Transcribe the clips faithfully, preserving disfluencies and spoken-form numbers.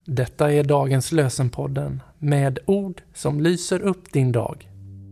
Detta är dagens lösenpodden med ord som lyser upp din dag.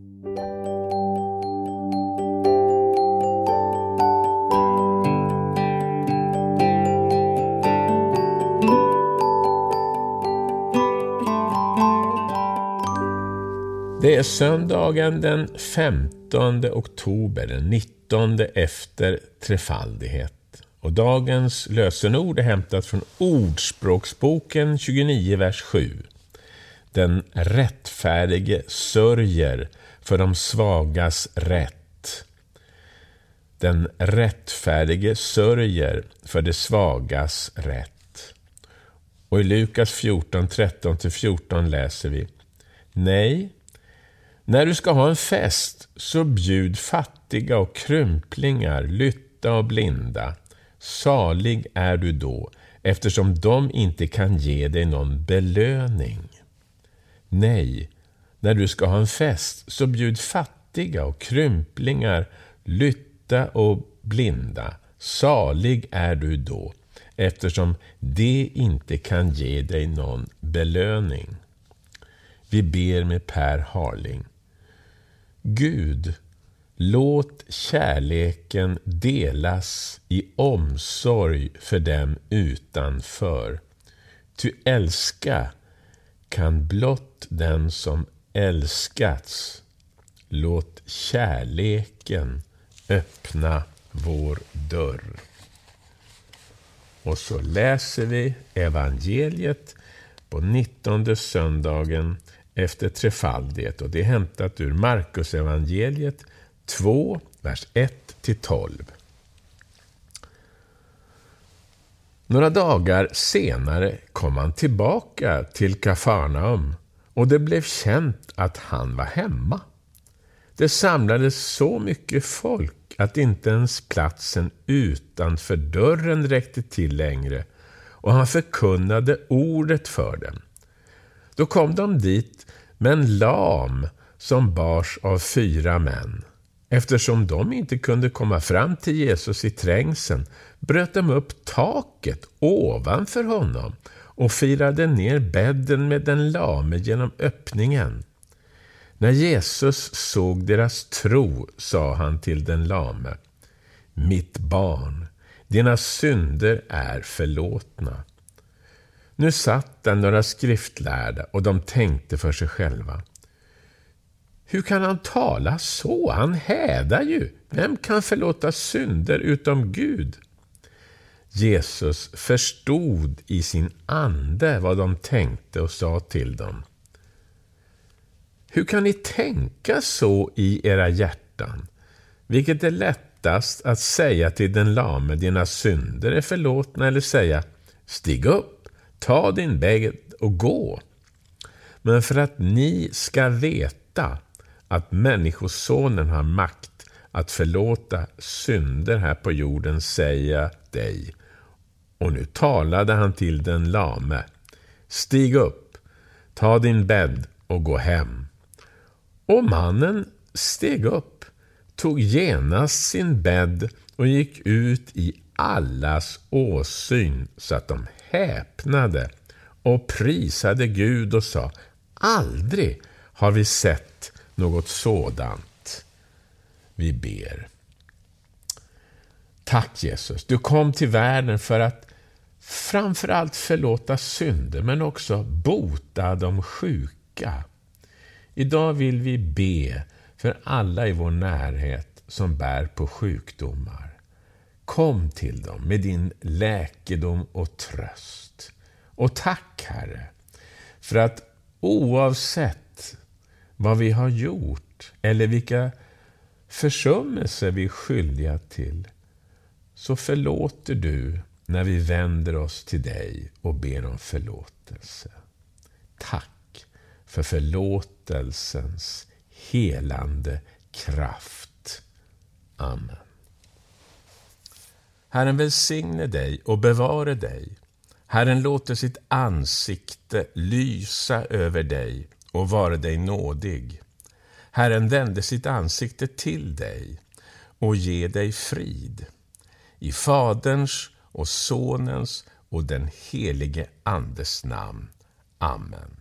Det är söndagen den femtonde oktober, den nittonde efter trefaldighet. Och dagens lösenord är hämtat från Ordspråksboken tjugonio, vers sju. Den rättfärdige sörjer för de svagas rätt. Den rättfärdige sörjer för de svagas rätt. Och i Lukas fjorton, tretton till fjorton läser vi: Nej, när du ska ha en fest så bjud fattiga och krymplingar, lytta och blinda. Salig är du då, eftersom de inte kan ge dig någon belöning. Nej, när du ska ha en fest så bjud fattiga och krymplingar, lytta och blinda. Salig är du då, eftersom de inte kan ge dig någon belöning. Vi ber med Per Harling. Gud, låt kärleken delas i omsorg för dem utanför. Ty älska kan blott den som älskats. Låt kärleken öppna vår dörr. Och så läser vi evangeliet på nittonde söndagen efter trefaldighet, och det är hämtat ur Markus evangeliet två, vers ett till tolv. Några dagar senare kom han tillbaka till Kafarnaum, och det blev känt att han var hemma. Det samlades så mycket folk att inte ens platsen utanför dörren räckte till längre, och han förkunnade ordet för dem. Då kom de dit med en lam som bars av fyra män. Eftersom de inte kunde komma fram till Jesus i trängseln bröt de upp taket ovanför honom och firade ner bädden med den lame genom öppningen. När Jesus såg deras tro sa han till den lame: Mitt barn, dina synder är förlåtna. Nu satt där några skriftlärda och de tänkte för sig själva: Hur kan han tala så? Han hädar ju. Vem kan förlåta synder utom Gud? Jesus förstod i sin ande vad de tänkte och sa till dem: Hur kan ni tänka så i era hjärtan? Vilket är lättast att säga till den lame: Dina synder är förlåtna, eller säga: Stig upp, ta din bädd och gå. Men för att ni ska veta att människosonen har makt att förlåta synder här på jorden, säger jag dig. Och nu talade han till den lame: Stig upp, ta din bädd och gå hem. Och mannen steg upp, tog genast sin bädd och gick ut i allas åsyn, så att de häpnade och prisade Gud och sa: Aldrig har vi sett något sådant. Vi ber. Tack Jesus, du kom till världen för att framförallt förlåta synder, men också bota de sjuka. Idag vill vi be för alla i vår närhet som bär på sjukdomar. Kom till dem med din läkedom och tröst. Och tack, Herre, för att oavsett vad vi har gjort eller vilka försummelser vi är skyldiga till, så förlåter du när vi vänder oss till dig och ber om förlåtelse. Tack för förlåtelsens helande kraft. Amen. Herren välsigne dig och bevare dig. Herren låter sitt ansikte lysa över dig och vara dig nådig. Herren vände sitt ansikte till dig och ge dig frid. I Faderns och Sonens och den helige Andes namn. Amen.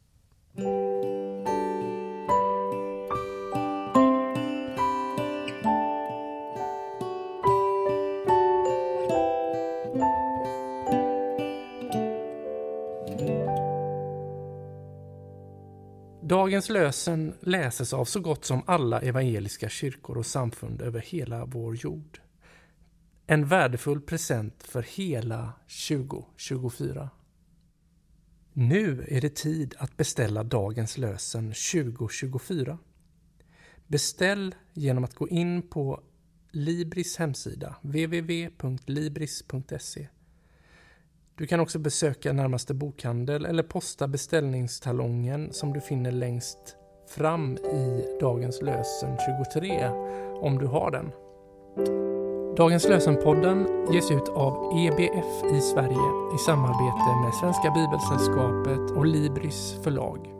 Dagens lösen läses av så gott som alla evangeliska kyrkor och samfund över hela vår jord. En värdefull present för hela tjugo tjugofyra. Nu är det tid att beställa dagens lösen tjugo tjugofyra. Beställ genom att gå in på Libris hemsida w w w punkt libris punkt se. Du kan också besöka närmaste bokhandel eller posta beställningstalongen som du finner längst fram i Dagens lösen tjugotre om du har den. Dagens lösenpodden ges ut av E B F i Sverige i samarbete med Svenska Bibelsällskapet och Libris förlag.